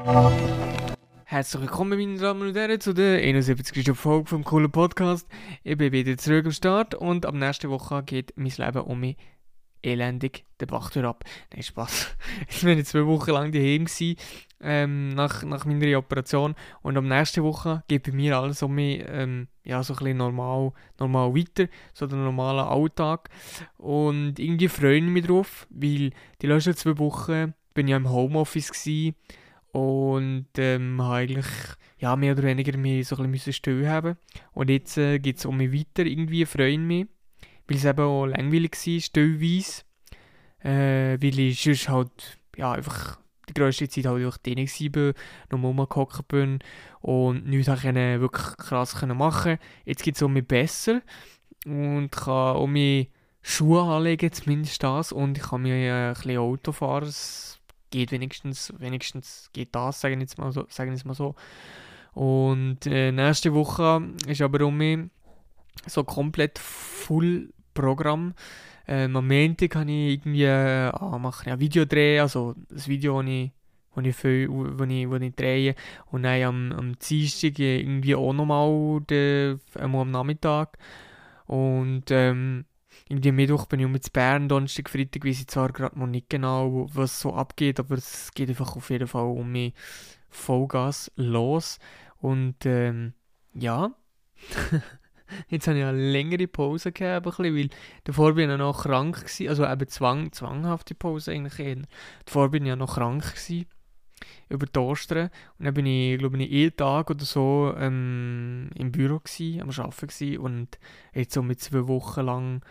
Herzlich willkommen, meine Damen und Herren, zu der 71. Folge vom coolen Podcast. Ich bin wieder zurück am Start und ab nächster Woche geht mein Leben um mich elendig den Bach ab. Nein, Spaß. Ich war 2 Wochen lang daheim gewesen, nach meiner Operation, und am nächsten Woche geht bei mir alles um mich, so ein bisschen normal weiter, so der normale Alltag. Und irgendwie freue ich mich drauf, weil die letzten 2 Wochen bin ich ja im Homeoffice gewesen und habe eigentlich mehr oder weniger mich so ein bisschen still haben. Und jetzt geht es um mich weiter, irgendwie freue ich mich, weil es eben auch langweilig war, stillweise. Weil ich sonst halt, einfach die grösste Zeit halt einfach drin war, nur rumgehockt bin und nichts wirklich krass machen. Jetzt geht es um mich besser und kann um mich Schuhe anlegen, zumindest das, und ich kann mir ein bisschen Auto fahren. Es geht wenigstens geht das, sagen wir es mal so. Und nächste Woche ist aber um mich so komplett full Programm. Am Montag kann ich irgendwie machen, Video drehen, also das Video, das ich drehe. Und dann am Dienstag irgendwie auch nochmal am Nachmittag. Und irgendwie am Mittwoch bin ich mit Bern, Donnerstag, Freitag weiss ich zwar gerade noch nicht genau, was so abgeht, aber es geht einfach auf jeden Fall um mich Vollgas los. Und ja, jetzt habe ich eine längere Pause gehabt, weil davor bin ich noch krank gewesen, also eben zwanghafte Pause eigentlich eher. Davor bin ich ja noch krank gewesen, über die Ostern, und dann bin ich, glaube ich, jeden Tag oder so im Büro gewesen, am Arbeiten gewesen, und jetzt so mit 2 Wochen lang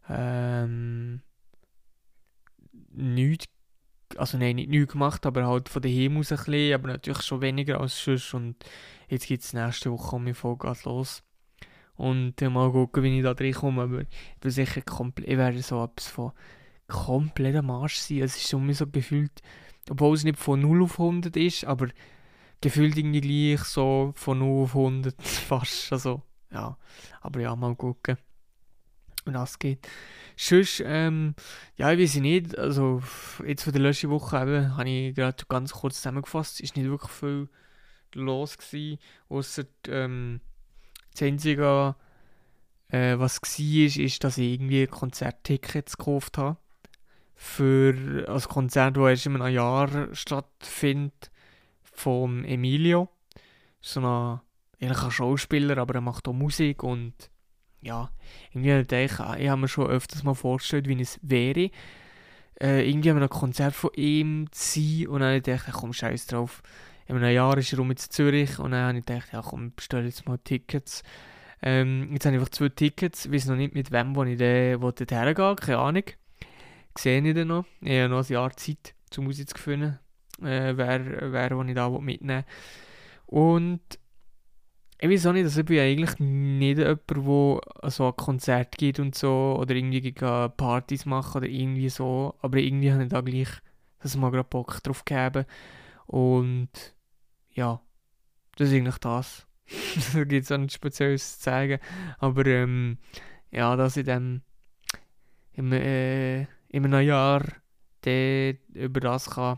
nichts, also nein, nicht nichts gemacht, aber halt von daheim aus ein bisschen, aber natürlich schon weniger als sonst, und jetzt geht es nächste Woche um mich Vollgas los. Und mal gucken, wie ich da reinkomme, aber ich bin sicher ich werde so etwas von komplett am Arsch sein. Es ist irgendwie so gefühlt, obwohl es nicht von 0 auf 100 ist, aber gefühlt irgendwie gleich so von 0 auf 100 fast, also, ja. Aber ja, mal gucken, wie das geht. Sonst, ich weiß nicht, also jetzt von der letzten Woche eben, habe ich gerade ganz kurz zusammengefasst, ist nicht wirklich viel los gewesen, ausser, das Einzige, was war, ist, dass ich irgendwie Konzerttickets gekauft habe. Für ein Konzert, das erst in einem Jahr stattfindet, von Emilio. So ein ähnlicher Schauspieler, aber er macht auch Musik, und ja, irgendwie ich habe mir schon öfters mal vorgestellt, wie es wäre, irgendwie an einem Konzert von ihm zu sein, und dann habe ich gedacht, komm, scheiß drauf. In einem Jahr ist er in Zürich, und dann habe ich gedacht, ja komm, bestell jetzt mal Tickets. Jetzt habe ich einfach 2 Tickets, ich weiß noch nicht, mit wem ich dort hergehe, keine Ahnung. Sehe ich dann noch. Ich habe noch ein Jahr Zeit, um herauszufinden, wer ich da mitnehmen will. Und ich weiß auch nicht, dass ich eigentlich nicht jemand, der so ein Konzert geht und so, oder irgendwie gegen Partys machen oder irgendwie so, aber irgendwie habe ich da gleich das mal gerade Bock drauf gegeben. Und ja, das ist eigentlich das. Da gibt es auch nichts Spezielles zu zeigen. Aber dass ich dann im einem Jahr über das kann,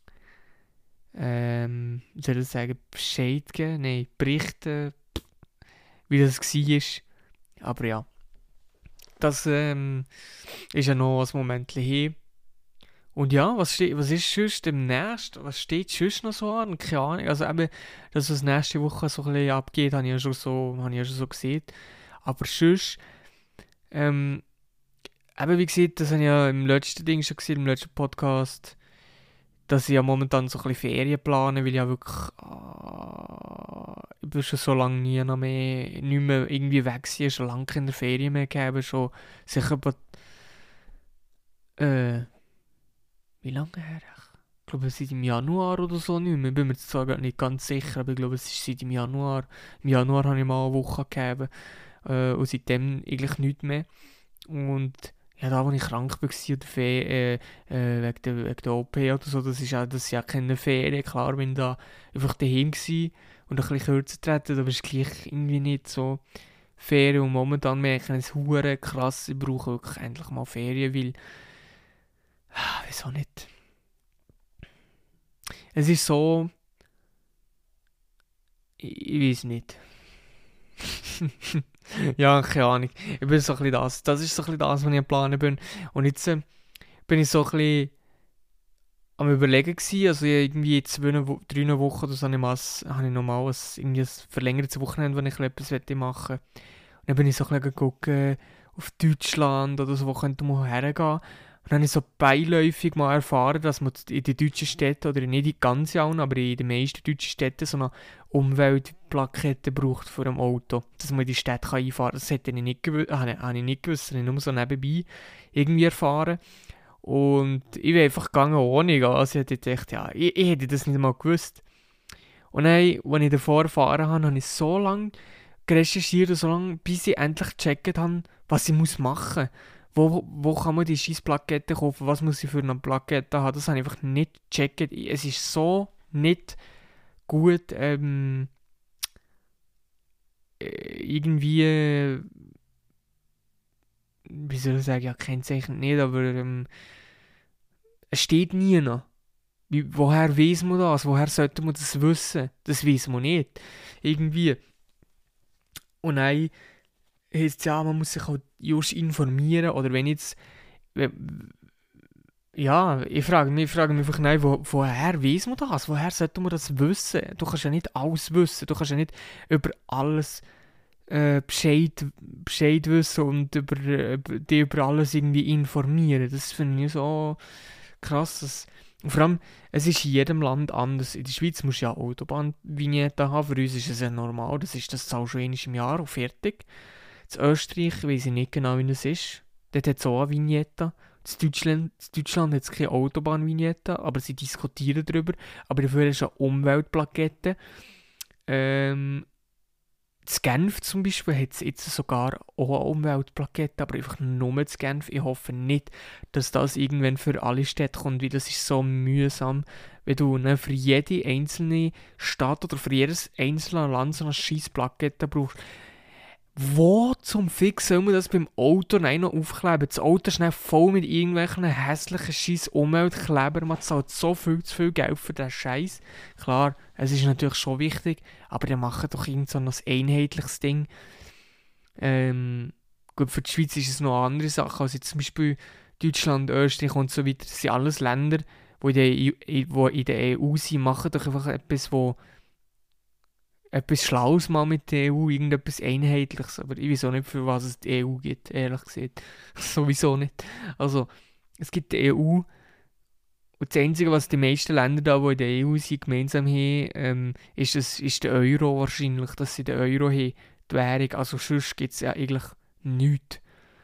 wie soll ich sagen, Bescheid geben? Nein, berichten, wie das war. Aber ja, das ist ja noch ein Moment hin. Und ja, was ist sonst demnächst? Was steht sonst noch so an? Keine Ahnung. Also eben, dass was nächste Woche so ein bisschen abgeht, habe ich ja schon so gesehen. Aber sonst, eben wie gesagt, das habe ich ja im letzten Ding schon gesehen, im letzten Podcast, dass ich ja momentan so ein bisschen Ferien plane, weil ich ja wirklich, ich bin schon so lange nicht mehr irgendwie weg gewesen, schon lange keine Ferien mehr gegeben, schon sicher, wie lange her? Ich glaube, seit im Januar oder so nicht mehr. Ich bin mir zwar gar nicht ganz sicher, aber ich glaube, es ist seit im Januar. Im Januar habe ich mal eine Woche gegeben. Und seitdem eigentlich nichts mehr. Und ja, da, wo ich krank war, oder wegen der OP oder so, das ist ja keine Ferien. Klar, bin da einfach daheim gewesen und ein bisschen kürzer treten, aber es ist gleich irgendwie nicht so Ferien. Und momentan merke ich es hure krass, ich brauche wirklich endlich mal Ferien, weil, wieso nicht? Es ist so, Ich weiß nicht. Ja, keine Ahnung. Ich bin so ein bisschen das. Das ist so ein bisschen das, was ich am Planen bin. Und jetzt bin ich so ein bisschen am Überlegen gewesen. Also irgendwie in 3 Wochen oder so habe ich nochmal irgendwie ein verlängertes Wochenende, wo ich etwas machen möchte. Und dann bin ich so ein bisschen gucken auf Deutschland oder so, wo könnte man hergehen. Und dann habe ich so beiläufig mal erfahren, dass man in den deutschen Städten, oder nicht in ganz allen, aber in den meisten deutschen Städten so eine Umweltplakette braucht vor dem Auto, dass man in die Stadt einfahren kann. Das hätte ich nicht gewusst, habe ich nicht gewusst, das habe ich nur so nebenbei irgendwie erfahren. Und ich bin einfach gegangen ohne Gas. Ich hätte gedacht, ja, ich hätte das nicht mal gewusst. Und dann, als ich davor erfahren habe, habe ich so lange recherchiert und so lange, bis ich endlich gecheckt habe, was ich machen muss. Wo kann man die scheiß Plakette kaufen? Was muss ich für eine Plakette haben? Das habe ich einfach nicht gecheckt. Es ist so nicht gut, irgendwie, wie soll ich sagen, ja, kennzeichnet nicht, aber es steht nie noch. Woher weiß man das? Woher sollte man das wissen? Das weiß man nicht. Irgendwie. Und dann heisst es ja, man muss sich halt just informieren. Oder wenn jetzt. Ja, ich frage mich einfach, nein, woher weiß man das? Woher sollte man das wissen? Du kannst ja nicht alles wissen. Du kannst ja nicht über alles Bescheid wissen und dich über alles irgendwie informieren. Das finde ich so krass. Und vor allem, es ist in jedem Land anders. In der Schweiz musst du ja Autobahnvignette haben. Für uns ist es ja normal. Das zahlst du einmal im Jahr und fertig. In Österreich weiß ich nicht genau, wie es ist. Dort hat es auch eine Vignette. In Deutschland hat es keine Autobahnvignette, aber sie diskutieren darüber. Aber dafür ist eine Umweltplakette. In Genf zum Beispiel hat es jetzt sogar auch eine Umweltplakette, aber einfach nur in Genf. Ich hoffe nicht, dass das irgendwann für alle Städte kommt, weil das ist so mühsam, wenn du für jede einzelne Stadt oder für jedes einzelne Land so eine scheiß Plakette brauchst. Wo zum Fix soll man das beim Auto noch aufkleben? Das Auto ist dann voll mit irgendwelchen hässlichen scheiß Umweltkleber. Man zahlt so viel zu viel Geld für den Scheiß. Klar, es ist natürlich schon wichtig, aber dann machen doch irgend so ein einheitliches Ding. Gut, für die Schweiz ist es noch eine andere Sache, als jetzt zum Beispiel Deutschland, Österreich und so weiter. Das sind alles Länder, die in der EU sind, machen doch einfach etwas Schlaues mal mit der EU, irgendetwas Einheitliches. Aber ich weiß auch nicht, für was es die EU gibt, ehrlich gesagt. Sowieso nicht. Also, es gibt die EU und das Einzige, was die meisten Länder da, die in der EU sind, gemeinsam haben, ist der Euro wahrscheinlich, dass sie den Euro haben, die Währung. Also sonst gibt es ja eigentlich nichts,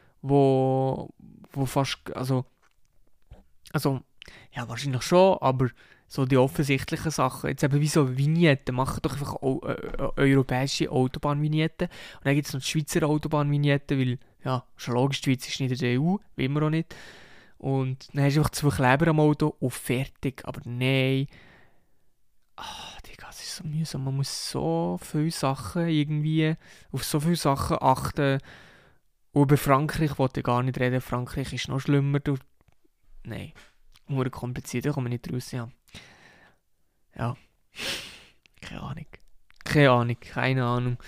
wo fast, also, ja, wahrscheinlich schon, aber so die offensichtlichen Sachen, jetzt eben wie so Vignetten, machen doch einfach europäische Autobahnvignetten. Und dann gibt es noch die Schweizer Autobahnvignetten, weil, ja, schon logisch, die Schweiz ist nicht in der EU, will man auch nicht. Und dann hast du einfach 2 Kleber am Auto und fertig. Aber nein, Digga, es ist so mühsam, man muss so viele Sachen irgendwie, auf so viele Sachen achten. Und über Frankreich wollte ich gar nicht reden, Frankreich ist noch schlimmer, nein. Nur kompliziert, da kann man nicht raus, ja. Ja, keine Ahnung. Keine Ahnung.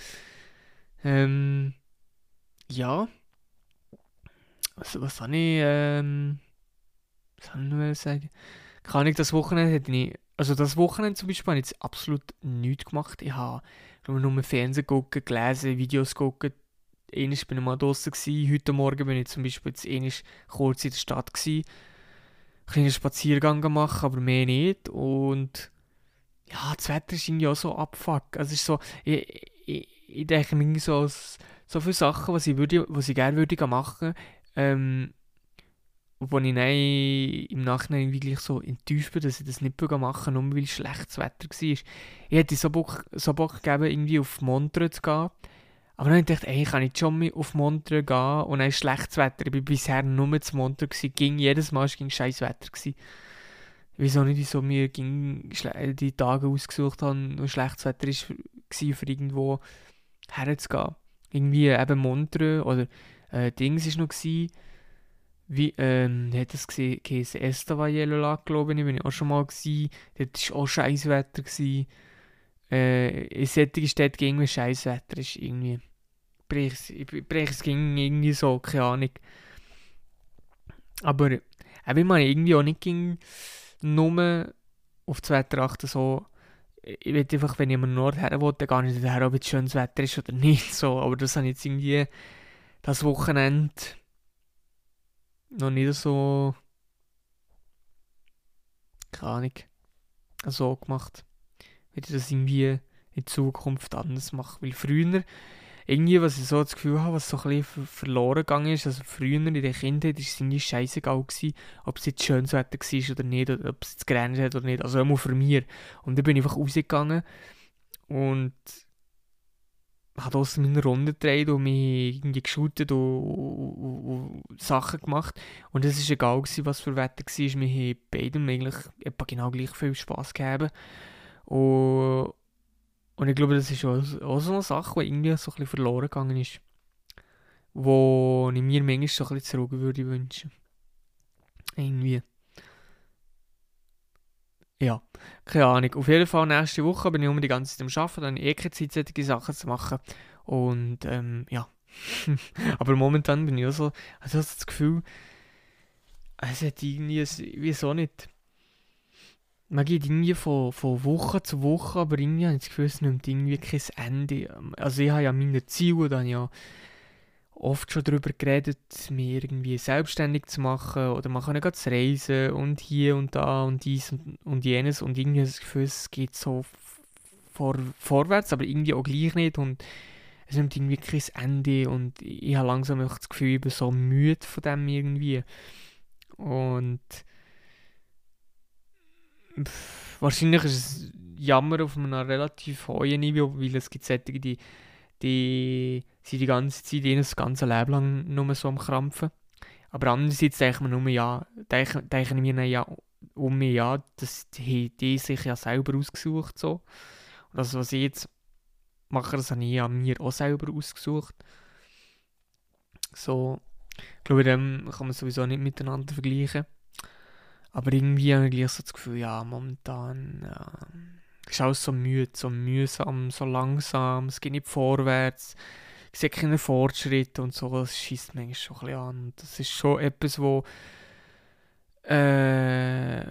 Ja, was soll ich, was soll ich noch sagen? Keine Ahnung, das Wochenende hätte ich, also das Wochenende zum Beispiel habe ich jetzt absolut nichts gemacht. Ich habe nur Fernsehen geguckt, gelesen, Videos geguckt. Einmal bin ich mal draußen gewesen. Heute Morgen bin ich zum Beispiel jetzt einmal kurz in der Stadt gewesen. Einen kleinen Spaziergang gemacht, aber mehr nicht. Und ja, das Wetter ist irgendwie auch so abfuck. Also es ist so, ich denke mir irgendwie so viele Sachen, was ich gerne würde machen, wo ich dann im Nachhinein wirklich so enttäuscht bin, dass ich das nicht machen konnte, nur weil schlechtes Wetter war. Ich hätte so Bock gegeben, irgendwie auf Montreux zu gehen. Aber dann dachte ich, ey, kann ich schon mal auf Montreux gehen und dann ist schlechtes Wetter. Ich war bisher nur zu Montreux gewesen. Jedes Mal war scheiß Wetter gewesen. Ich weiß auch nicht, wieso wir die Tage ausgesucht haben, wo schlechtes Wetter war, für irgendwo herzugehen. Irgendwie eben Montreux oder Dings war noch gewesen. Wie hat das geheißen? Estavayer, glaube ich, bin ich auch schon mal gewesen. Dort war auch scheiß Wetter gewesen. in solchen Städten irgendwie scheiß Wetter ist, irgendwie. Ich breche es irgendwie so, keine Ahnung. Aber ich meine irgendwie auch nicht nur auf das Wetter achten, so. Ich will einfach, wenn ich am Nord her will, dann gar nicht her, ob es schönes Wetter ist oder nicht, so. Aber das habe ich jetzt irgendwie das Wochenende noch nicht so, keine Ahnung, so gemacht. Wenn ich das irgendwie in Zukunft anders mache. Weil früher, irgendwie, was ich so das Gefühl habe, was so ein bisschen verloren gegangen ist, also früher in der Kindheit, war es irgendwie scheißegal gewesen, ob es jetzt schönes Wetter war oder nicht, oder ob es jetzt geregnet hat oder nicht, also immer für mich. Und dann bin ich einfach rausgegangen und habe draussen meine Runde gedreht und mich irgendwie geshootet und Sachen gemacht. Und es war egal gewesen, was für Wetter war, wir haben beidem eigentlich etwa genau gleich viel Spass gegeben. Und ich glaube, das ist auch so eine Sache, die irgendwie so ein bisschen verloren gegangen ist. Wo ich mir manchmal so ein bisschen zurück würde wünschen. Irgendwie. Ja, keine Ahnung. Auf jeden Fall nächste Woche bin ich die ganze Zeit am Arbeiten, dann habe ich keine Zeit, solche Sachen zu machen. Und ja. Aber momentan bin ich auch so, also das Gefühl, es hat irgendwie, wieso nicht? Man geht irgendwie von Woche zu Woche, aber irgendwie habe ich das Gefühl, es nimmt irgendwie kein Ende. Also ich habe ja meine Ziele, da habe ich ja oft schon darüber geredet, mich irgendwie selbstständig zu machen oder man kann ja zu reisen und hier und da und dies und jenes und irgendwie habe ich das Gefühl, es geht so vorwärts, aber irgendwie auch gleich nicht und es nimmt irgendwie kein Ende und ich habe langsam auch das Gefühl, ich bin so müde von dem irgendwie und wahrscheinlich ist es Jammer auf einem relativ hohen Niveau, weil es gibt solche, die sind die ganze Zeit, das ganze Leben lang nur so am Krampfen. Aber andererseits denke ich mir dann ja um mich, ja, dass die sich ja selber ausgesucht so. Und das, was ich jetzt mache, das habe ich ja mir auch selber ausgesucht. So, ich glaube, dem kann man sowieso nicht miteinander vergleichen. Aber irgendwie habe ich gleich so das Gefühl, ja, momentan ist alles so müde, so mühsam, so langsam, es geht nicht vorwärts, ich sehe keine Fortschritte und so, das schießt mich schon ein bisschen an. Und das ist schon etwas, äh,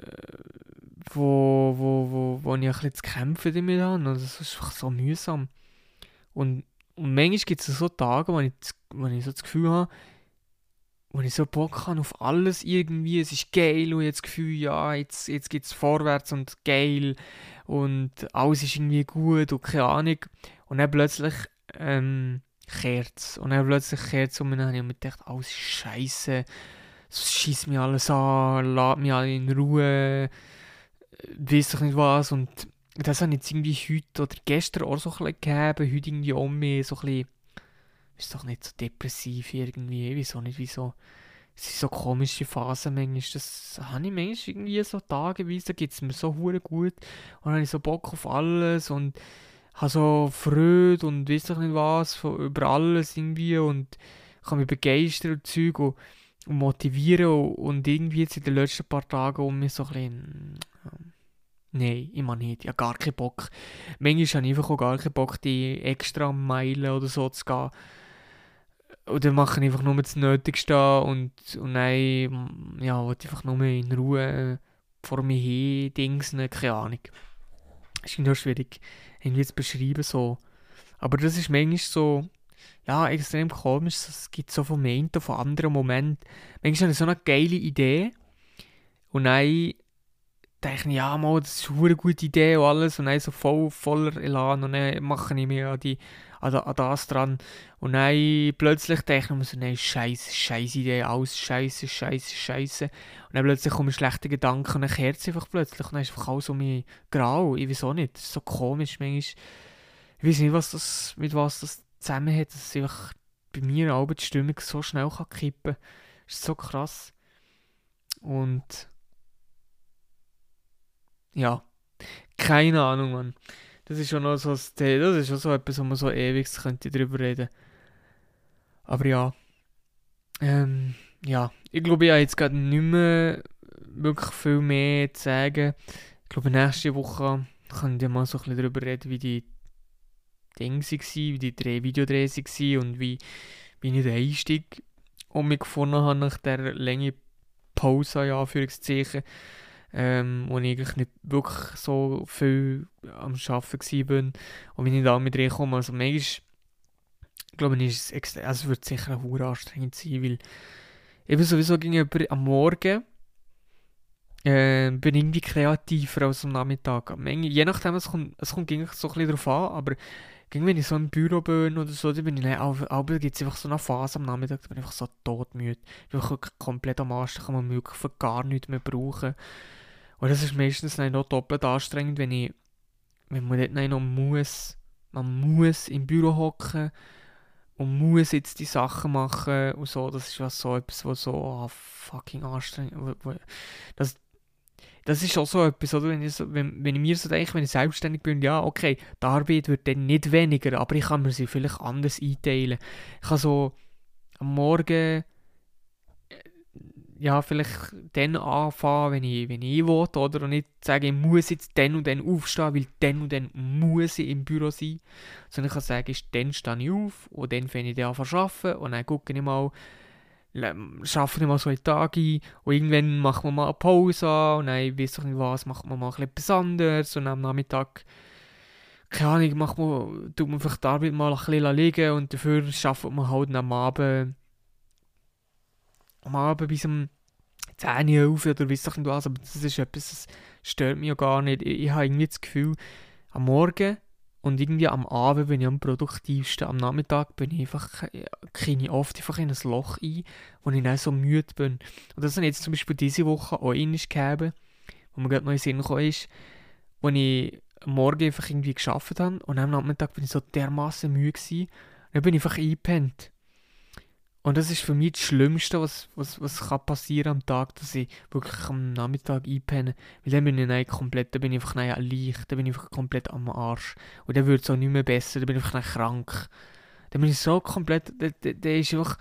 wo ich ein bisschen zu kämpfen damit habe. Und das ist einfach so mühsam. Und manchmal gibt es so Tage, wo ich so das Gefühl habe, wo ich so Bock habe auf alles irgendwie, es ist geil und ich habe das Gefühl, ja, jetzt geht es vorwärts und geil und alles ist irgendwie gut und keine Ahnung. Und dann plötzlich kehrt es. Und dann plötzlich kehrt es und dann habe ich mir gedacht, alles ist scheiße, es schießt mich alles an, lässt mich alle in Ruhe, weiss doch nicht was. Und das habe ich jetzt irgendwie heute oder gestern auch so ein bisschen gegeben, heute irgendwie um mich so ein bisschen, ist doch nicht so depressiv irgendwie, ich weiß auch nicht wieso. Es sind so komische Phasen manchmal, das habe ich manchmal irgendwie so tageweise, da geht es mir so hure gut und dann habe ich so Bock auf alles und habe so Freude und weiß doch nicht was über alles irgendwie und kann mich begeistern und Zeug und motivieren und irgendwie jetzt in den letzten paar Tagen um mich so ein bisschen, nein, immer nicht, ich habe gar keinen Bock. Manchmal habe ich einfach auch gar keinen Bock, die extra Meilen oder so zu gehen. Oder mache ich einfach nur das Nötigste und dann, ja, will ich einfach nur in Ruhe vor mir hin, Dings, ne, keine Ahnung. Ist irgendwie auch schwierig, irgendwie zu beschreiben, so. Aber das ist manchmal so, ja, extrem komisch, es gibt so von Momenten, von anderen Momenten. Manchmal habe ich so eine geile Idee und dann denke ich, ja, mal, das ist eine gute Idee und alles und dann so voller Elan und dann mache ich mir an das dran und dann plötzlich denke ich mir so, nein, scheiße Idee, alles scheiße und dann plötzlich kommen schlechte Gedanken und dann kehrt es einfach plötzlich und dann ist einfach alles um mich grau, ich weiß auch nicht, das ist so komisch manchmal, ich weiß nicht, mit was das zusammenhängt, dass einfach bei mir auch die Stimmung so schnell kann kippen kann, das ist so krass und ja, keine Ahnung, Mann. Das ist schon noch so, das ist schon so etwas, wo man so ewig könnte drüber reden. Aber ja, ja, ich glaube, ich habe jetzt gerade nicht mehr wirklich viel mehr zu sagen. Ich glaube, nächste Woche kann ich mal so ein bisschen darüber reden, wie die Dinge waren, wie die Videodrehs waren und wie ich den Einstieg um mich gefunden habe nach dieser langen Pause, in Anführungszeichen, wo ich eigentlich nicht wirklich so viel am Arbeiten war und wie ich da mit reinkomme. Also manchmal, glaube ich, ist es wird sicher auch anstrengend sein, weil eben sowieso gegenüber am Morgen bin ich irgendwie kreativer als am Nachmittag. Je nachdem, es kommt eigentlich so ein bisschen drauf an, aber wenn ich so im Büro bin oder so, dann bin ich aber gibt es einfach so eine Phase am Nachmittag, da bin ich einfach so todmüde. Ich bin einfach wirklich komplett am Arsch, da kann man wirklich für gar nichts mehr brauchen. Und das ist meistens dann noch doppelt anstrengend, wenn man dort noch man muss im Büro hocken und muss jetzt die Sachen machen und so. Das ist was so etwas, was so fucking anstrengend das, das ist auch so etwas, oder? Wenn ich mir so denke, wenn ich selbstständig bin, ja, okay, die Arbeit wird dann nicht weniger, aber ich kann mir sie vielleicht anders einteilen. Ich kann so am Morgen, ja, vielleicht dann anfangen, wenn ich will, oder? Und nicht sagen, ich muss jetzt dann und dann aufstehen, weil dann und dann muss ich im Büro sein. Sondern ich kann sagen, dann stehe ich auf und dann fange ich dann an zu arbeiten und dann gucke ich mal, arbeite ich mal so einen Tag ein und irgendwann machen wir mal eine Pause an und dann, weiss ich nicht was, machen wir mal etwas anderes und am Nachmittag, keine Ahnung, tut man vielleicht die Arbeit mal ein bisschen liegen und dafür arbeitet man halt am Abend bis um 10 Uhr auf oder weiss ich nicht was, aber das ist etwas, das stört mich ja gar nicht. Ich habe irgendwie das Gefühl, am Morgen und irgendwie am Abend bin ich am produktivsten. Am Nachmittag bin ich einfach, kriege ich oft einfach in ein Loch ein, wo ich dann so müde bin. Und das habe ich jetzt zum Beispiel diese Woche auch einmal gegeben, wo mir gerade noch in den Sinn gekommen ist, wo ich am Morgen einfach irgendwie gearbeitet habe und am Nachmittag bin ich so dermaßen müde gewesen. Und dann bin ich einfach eingepennt. Und das ist für mich das Schlimmste, was kann passieren am Tag, dass ich wirklich am Nachmittag einpenne. Weil dann bin ich dann bin ich einfach leicht, dann bin ich einfach komplett am Arsch. Und dann wird es auch nicht mehr besser, dann bin ich einfach krank. Dann bin ich so komplett, dann ist einfach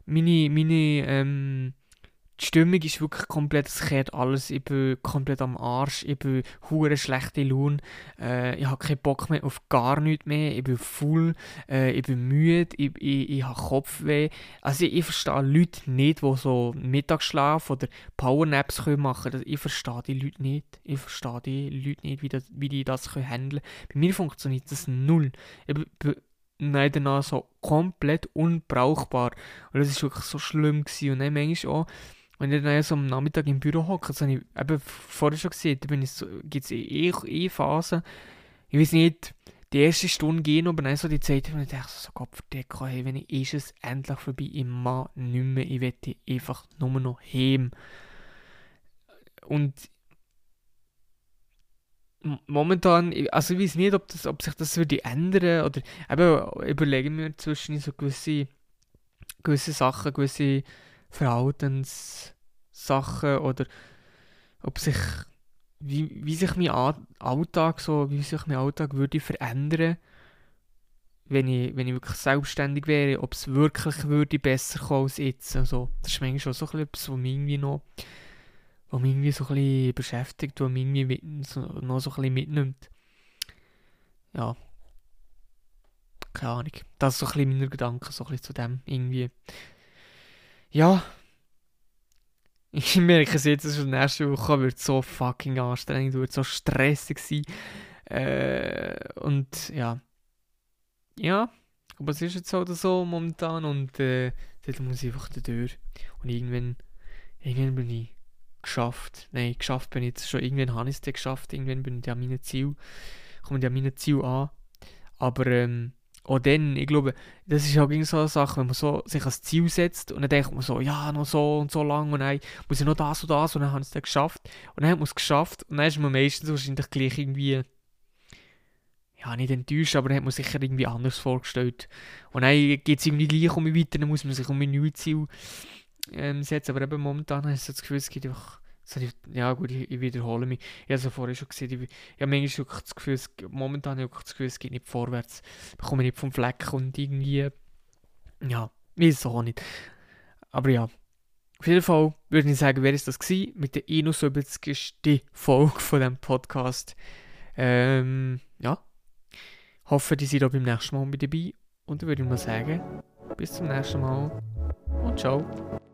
die Stimmung ist wirklich komplett, es kehrt alles, ich bin komplett am Arsch, ich bin hure schlechte Laune, ich habe keinen Bock mehr auf gar nichts mehr, ich bin full, ich bin müde, ich habe Kopfweh. Also ich verstehe Leute nicht, die so Mittagsschlaf oder Powernaps machen können. Ich verstehe die Leute nicht. Ich verstehe die Leute nicht, wie die das handeln können. Bei mir funktioniert das null. Ich bin danach so komplett unbrauchbar. Und das war wirklich so schlimm gewesen. Und dann manchmal auch, wenn ich dann so am Nachmittag im Büro hocke, das habe ich eben vorher schon gesehen, da gibt es Phasen, ich weiß nicht, die erste Stunde gehen, aber dann so die Zeit, und ich denke so, Gott verdeckt, hey, wenn ist es endlich vorbei, ich mag nicht mehr, ich will einfach nur noch heim. Und momentan, also ich weiß nicht, ob sich das würde ändern, oder eben überlegen wir zwischen so gewisse Sachen, gewisse Verhaltenssachen oder ob sich wie sich mein Alltag würde verändern, wenn ich wirklich selbstständig wäre, ob es wirklich würde besser kommen als jetzt. Also, das ist manchmal schon so etwas, was mich irgendwie so ein bisschen beschäftigt, was mich irgendwie noch so ein bisschen mitnimmt. Ja, keine Ahnung. Das ist so ein bisschen meine Gedanken so ein bisschen zu dem irgendwie. Ja, ich merke es jetzt schon, nächste Woche wird so fucking anstrengend, wird so stressig sein. Und ja, aber es ist jetzt halt so momentan und dort muss ich einfach durch. Und irgendwann bin ich geschafft. Nein, geschafft bin ich jetzt schon. Irgendwann habe ich es geschafft. Irgendwann bin ich an meinem Ziel. Komme ich an meinem Ziel an. Aber auch dann, ich glaube, das ist auch so eine Sache, wenn man so sich als Ziel setzt und dann denkt man so, ja, noch so und so lang und dann muss ich noch das und das und dann habe ich es dann geschafft. Und dann hat man es geschafft und dann ist man meistens wahrscheinlich gleich irgendwie, ja, nicht enttäuscht, aber dann hat man sich sicher irgendwie anders vorgestellt. Und dann geht es irgendwie gleich um mich weiter, dann muss man sich um ein neues Ziel setzen. Aber eben momentan habe ich so das Gefühl, es gibt einfach, ja gut, ich wiederhole mich. Ich habe es ja vorher schon gesehen, ich habe manchmal wirklich das Gefühl, momentan habe ich wirklich das Gefühl, es geht nicht vorwärts. Ich bekomme nicht vom Fleck und irgendwie, ja, weiß es auch nicht. Aber ja, auf jeden Fall würde ich sagen, wer ist das gewesen mit der 71. Folge von diesem Podcast. Ja, hoffe, die seid auch beim nächsten Mal mit dabei. Und dann würde ich mal sagen, bis zum nächsten Mal und ciao.